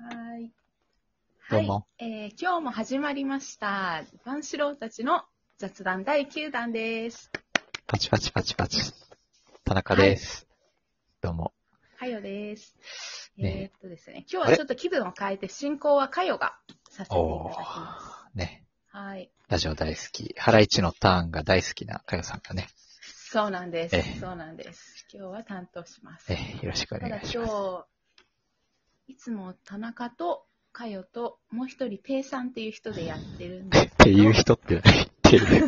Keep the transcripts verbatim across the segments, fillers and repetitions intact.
はい。 どうも。 はい、えー、今日も始まりました。万志郎たちの雑談だいきゅうだんです。 パチパチパチパチ。田中です。はい、どうも。 かよです。 ね、 えー、っとですね、今日はちょっと気分を変えて進行はかよがさせていただきます。 ね。 はい。 ラジオ大好き。ハライチのターンが大好きなかよさんがね。 そうなんです。そうなんです。今日は担当します。 えよろしくお願いします。 ただ今日、いつも田中とかよともう一人ペイさんっていう人でやってるんですっていう人って何っていう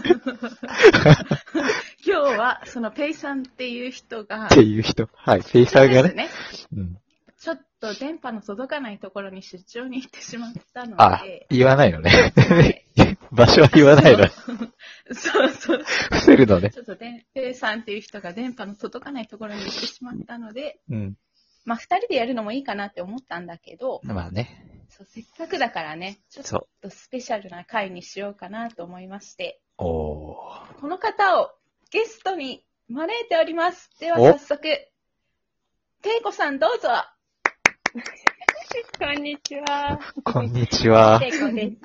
今日はそのペイさんっていう人がっていう人はいペイさんがね、 ね、 うん、ちょっと電波の届かないところに出張に行ってしまったので、 あ言わないのね、はい、場所は言わないのそうそう伏せるのね。 ちょっとペイさんっていう人が電波の届かないところに行ってしまったので、 うんまあ、二人でやるのもいいかなって思ったんだけど、 まあね。 そう、せっかくだからね、ちょっとスペシャルな回にしようかなと思いまして、 おこの方をゲストに招いております。では早速、ペイコさんどうぞ。 こんにちは。 こんにちは。 ペイコです。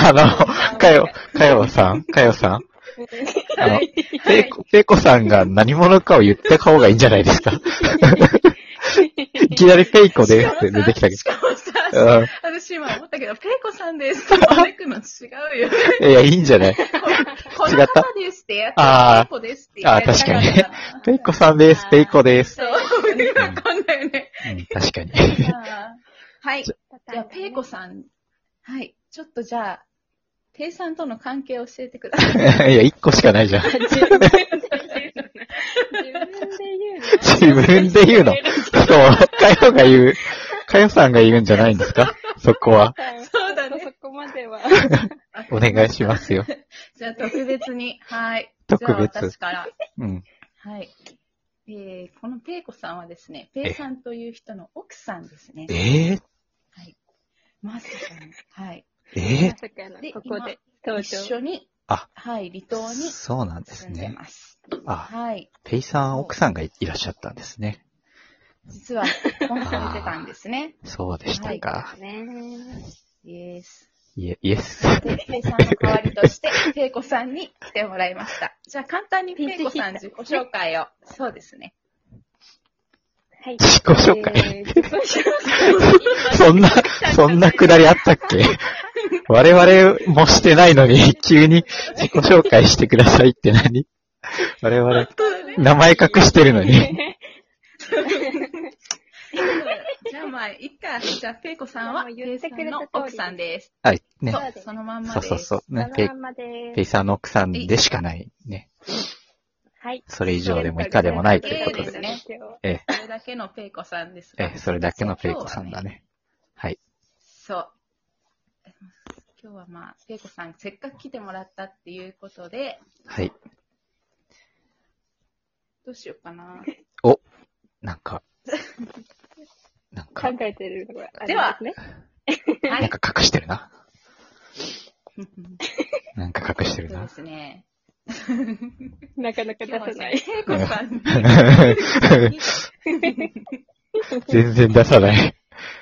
あの、かよ、かよさんかよさんあの、ペイコ、ペイコさんが何者かを言った方がいいんじゃないですかいきなりペイコですって出てきたけど。 しかもさ、私今思ったけど、ペイコさんですって招くの違うよ。 いや、いいんじゃないこの方ですってやって、ペイコですって言って。ああ、確かにね。ペイコさんです、ペイコです。 そう、意味わかんないよね。 うん、確かに。 はい。じゃあ、ペイコさん。はい。ちょっとじゃあ、ペイさんとの関係を教えてください。 いや、一個しかないじゃん。 自分で言うの自分で言うのそう、かよが言う。かよさんが言うんじゃないんですかそこは。 そうだね。 そこまでは。 お願いしますよ。 じゃあ、特別に。はい。 特別。 じゃあ、私から。 うん。 はい。えー、このペイコさんはですね、ペイさんという人の奥さんですね。 えー、 はい。まさかの。はい。 えー、 まさかのここで登場。 一緒に、 あ、 はい、離島にそうなんですね。 住んでます。 あ、 はい。 ペイさん奥さんがいらっしゃったんですね。 実は結婚されてたんですね。 そうでしたか。 はい、ねイエス。 イエイエス。 で、ペイさんの代わりとして、ペイコさんに来てもらいました。じゃあ簡単にペイコさん自己紹介を。そうですね。 はい。 自己紹介、 えー、自己紹介そんな、そんなくだりあったっけ我々もしてないのに、急に自己紹介してくださいって何我々、名前隠してるのに。 じゃあまあ、いっか。じゃあ、ペイコさんは、ペイさんの奥さんです。 はい、ね。 そう、そのまんまです。 そうそうそう。ね、 ペイ、 ペイさんの奥さんでしかないね。 はい。 それ以上でも以下でもないということで。 ですね。 ええ。 それだけのペイコさんです。 ええ、それだけのペイコさんだね。はい。 そう。今日はまあ、ペイコさん、せっかく来てもらったっていうことで。 はい。 どうしようかな。 お、なんか。なんか。 考えてるのがありますね。 はい。 なんか隠してるな。なんか隠してるな。 そうですね。 なかなか出さない。 ペイコさん全然出さない。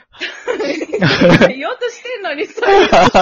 言おうとしてんのに、それ。言わ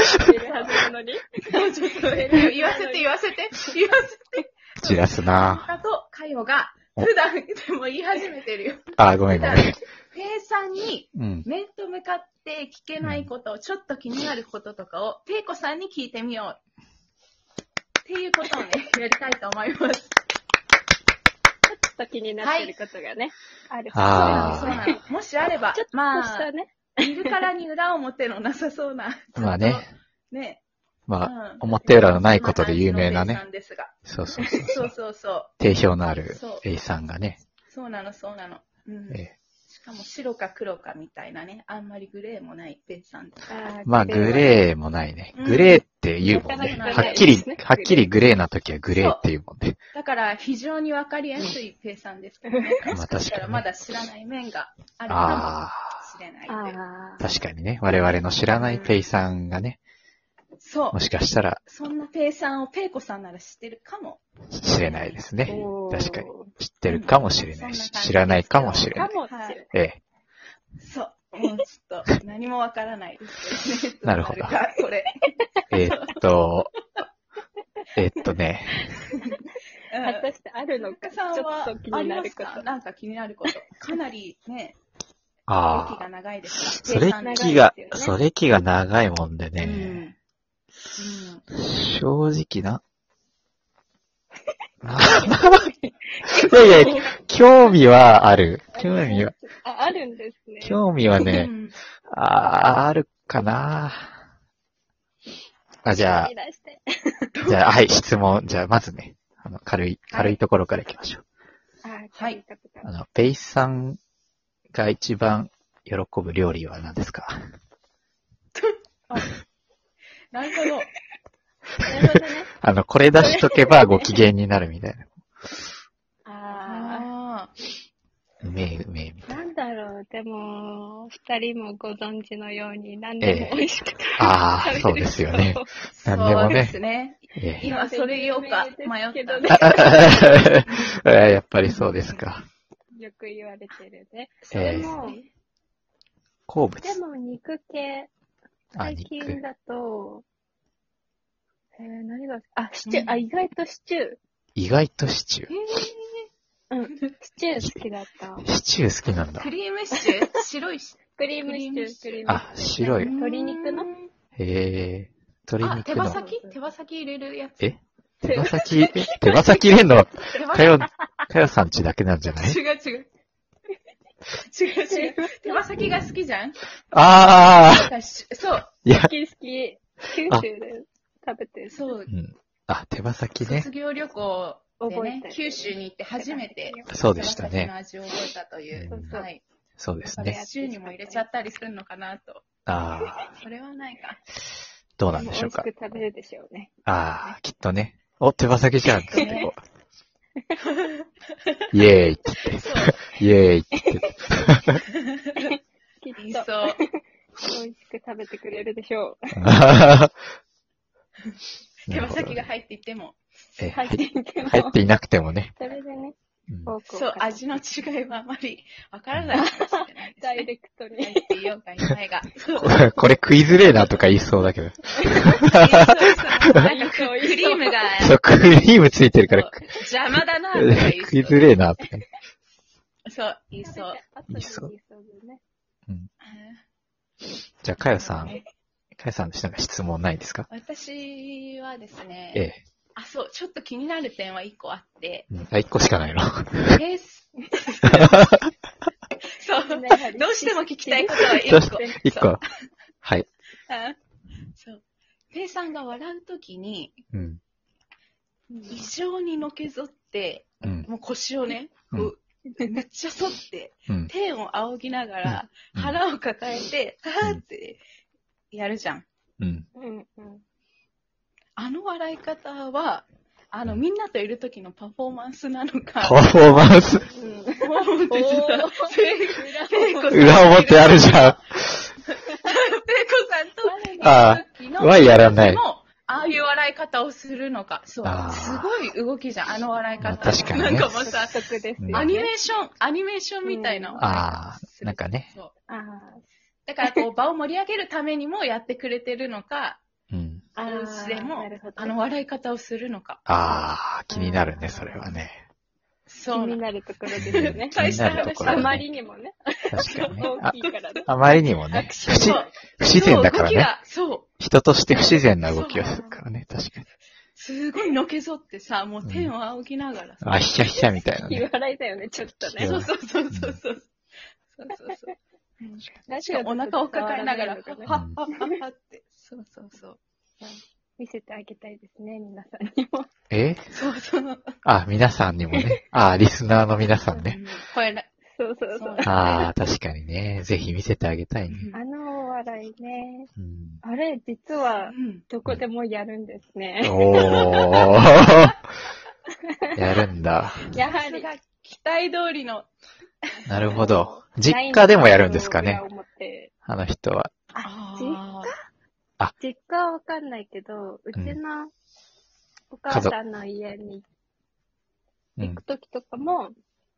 せて、言わせて、言わせて。 散らすなぁ。と、かよが、普段でも言い始めてるよ。 あ、ごめんごめん。 ペイさんに、 うん、 面と向かって聞けないことを、ちょっと気になることとかを、ペイコさんに聞いてみよう。っていうことをね、やりたいと思います。 ちょっと気になってることがね、 はい、 ある。 あそうなの。もしあれば、 ちょっとまあ、 ね、 見るからに裏表のなさそうな。 まあね。 ね。 まあ、うん、表裏のないことで有名なね。 そうそうそうそうそうそう。 定評のある A さんがね。 そうなの、そうなの。うん、 ええ、 しかも白か黒かみたいなね、あんまりグレーもない A さん。 まあ、グレーもないね。グレーって言うもんね。はっきり、はっきりグレーな時はグレーって言うもんね。 だから非常にわかりやすい A さんですけどね。もしかしたらまだ知らない面があるかもしれない。 確かにね。我々の知らないペイさんがね。 そう。 もしかしたら。 そんなペイさんをペイコさんなら知ってるかもしれないですね。確かに。知ってるかもしれないし、知らないかもしれない。 かもしれない。 ええ。 そう。もうちょっと、 何もわからないですけどね。 なるほどどうなるかこれ。 えーっと、えーっとね、 うん果たしてあるのか、ちょさんはっと気あになるこりますか？ と。 なんか気になること。かなりね、 ああ、 歴が長いですか？ それ計算長い期が、 長いですよねそれ期が長いもんでうん。 ね、 うん。 正直な。いやいや、興味はある。興味は、 あ、あるんですね。 興味はうね、 んあーあるかな。あ、じゃあい、らして。 じゃあ、はい、質問。じゃあ、まずね、あの、軽い、軽いところからいきましょう。 あ、 はい聞たことある。 あの、ペイさんが一番喜ぶ料理は何ですか？ なるほど。 なるほどね。 あの、これ出しとけばご機嫌になるみたいな。 ああうめえ、うめえ、みあ、 たいな。 なんだろう。でも、二人もご存知のように何でも美味しく食べる。 ああ、そうですよね。 あ、 なんでもねそうですね。 ええ今それ言おうか迷った。 ねあやっぱりそうですか。 よく言われてるね。 そうええですでも、 ね。 好物。 でも肉系、 あ、 最肉近。だと、えー、何が、あ、シチュー、 うんあ、意外とシチュー。 意外とシチュー。 うん、シチュー好きだった。 シチュー好きなんだク。リームシチュー白いし。 クリームシチュー、クリームシチュー。 あ、白い。 鶏肉のへえ。鶏あ、手肉の。 羽先手羽先入れるやつ。 え手羽先、え手羽先入れんの、 手羽かよ、かよさんちだけなんじゃない？ 違う違う。違う違う。手羽先が好きじゃん？ ああだからしそう。 いや好、き好き。九州で食べてる。 そう。 うん。あ、手羽先ね卒。業旅行で覚えて、 ね九州に行って初めてそうでした手羽先のね。 味を覚えたという。 うんはい。 そうですね。 シチューにも入れちゃったりするのかなと。 ああ、 それはないか。 どうなでも美味しんでしょうか。 く食べるでしょうね。 ああ、きっとね。お、手羽先じゃんってこう。イエーイって言って。 そう。 イエーイって言って。 きっといそう。 美味しく食べてくれるでしょう。 手羽先が入っていても。 え入っていても。 入っていなくてもね。 それでね、 うん多くをそう、味の違いはあまりわからないかもしれないですダイね。 レクトに。 入っていようかいまいが。そう。 これ、これ食いづれえなとか言いそうだけど。 そうそうなんかククリームが、 そう、クリームついてるから、 邪魔だなとか言いそう。 食いづれえなとか。 そう、言いそう。 後で言いそうでね。 じゃあ、かよさん、かよさんとしてなんか質問ないですか？ 私はですね、 ええ。 あ、そう、ちょっと気になる点は一個あって、 うんあ、一個しかないの。 ペース、そう、どうしても聞きたいことは一どうし個。 一個。はい。 うんそう。ペイさんが笑うときに、 うん。 異常にのけぞって、 うん。 もう腰をね、 うんこうめっちゃ反って、 うん。 天を仰ぎながら、 うん腹を抱えて、はーってやるじゃん。 うん。 うんうん。 あの笑い方は、あの、みんなといる時のパフォーマンスなのか、 パフォーマンス、 もうってさ、ペイコさん裏表あるじゃん。 ペイコさんとあいる時のはやらないもああいう笑い方をするのか。そうあー。 すごい動きじゃん、あの笑いまあ方。 確かにねなんかもうさ、 早速ですよね。 アニメーション、アニメーションみたいな笑いああ方す、るなんかね。 そう。 あだからこう、場を盛り上げるためにもやってくれてるのか、 うん。 あ。 お家でもなるほどあの笑い方をするのか。 ああ、気になるね、それはね。 そうなの。 気になるところですよね。 気になるところあまだね。 りにもね。 確かにね。あ大きいからね。 あまりにもね、不自そう不自然だからね。 そう動きが、そう。 人として不自然な動きをするからね、確かに。 すごいのけぞってさ、もう天を仰ぎながらさ。 あ、ひゃひゃみたいな気ね。 笑いだよね、ちょっとね。 そうそうそうそうそう。そうそうそう。 ラしかもお腹を抱えながら、はっはっねはっはっはって。そうそうそう。 見せてあげたいですね、皆さんにも。 えそうそう。 あ、皆さんにもね。あ、リスナーの皆さんね。 これ、 そうそうそう。 ああ、確かにね。ぜひ見せてあげたいね。 あのお笑いね。 うん、 あれ、実はう、ん。 どこでもやるんですね。 おー。やるんだ。 やはり。 期待通りの。 なるほど。実家でもやるんですかねないの。かなと思ってあの人は。 あ、 あ実家はわかんないけど、うちのお母さんの家にうん行く。ときとかも、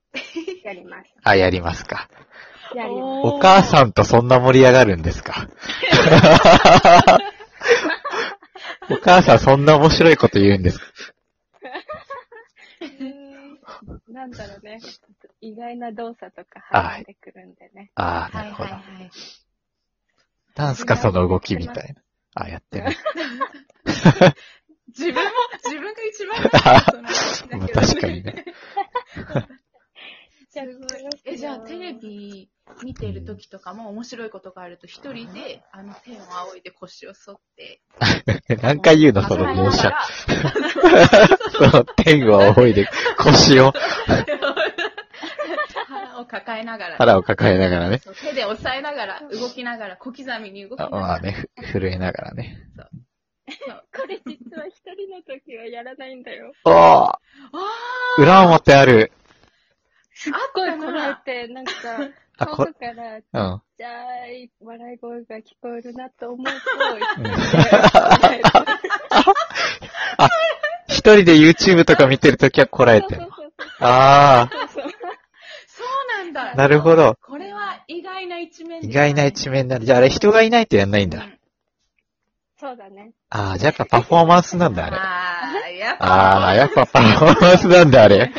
やります。 あ、やりますか。 やります。 お母さんとそんな盛り上がるんですか？お母さんそんな面白いこと言うんですか？ なんだろうね。意外な動作とか入ってくるんでね。 ああ、 はないるほど。 はいはい。 なんすかその動きみたいな。あ、やってる。 自分も、自分が一番だからそのまあだけどね確かにね。 すごい。え、じゃあテレビ見てる時とかも面白いことがあると一人で、あの天を仰いで腰を反って、 何回言うのその描写。その天を仰いで腰を、 腹を抱えながら、 腹を抱えながらね。 そう手で押さえながら、動きながら、小刻みに動きなあがら。 まあね、ふ震えながらね。 そうこれ実は一人の時はやらないんだよ。 おーあー裏表ある。 すっごいこらえて、なんか、 あ、こ遠くから、ちっうん。 ちゃい笑い声が聞こえるなと思うと、 うんあ、一人で YouTube とか見てるときはこらえてそう。そうそうあそうそう。 そうなんだ。 あ、なるほど。 これは意外な一面ですね。 意外な一面なんだ。じゃああれ人がいないとやんないんだ。 うんそうだね。 ああ、じゃあやっぱパフォーマンスなんだ、あれ。 ああ、やっぱ。 ああ、やっぱパフォーマンスなんだ、あれ。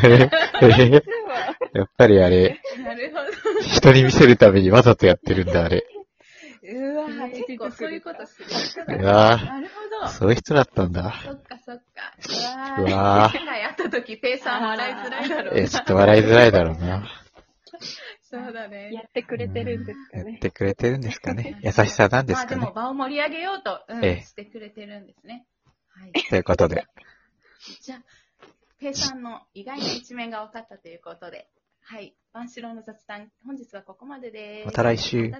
やっぱりあれ、 なるほど。 人に見せるためにわざとやってるんだ、あれ。 うわぁ、結構そういうことする人だうわぁ、 なるほど。 そういう人だったんだ。 そっかそっか。 ううわわぁぁ。今やったとき、ペイさん笑いづらいだろうな。 え、ちょっと笑いづらいだろうな。 そうだね。 やってくれてるんですかね。 やってくれてるんですかね。優しさなんですかねまあでも。場を盛り上げようと、うん、 ええしてくれてるんですね。はい。 ということで。 じゃあ、ペイさんの意外な一面が分かったということで、はい。万志郎の雑談、本日はここまでです。 また来週。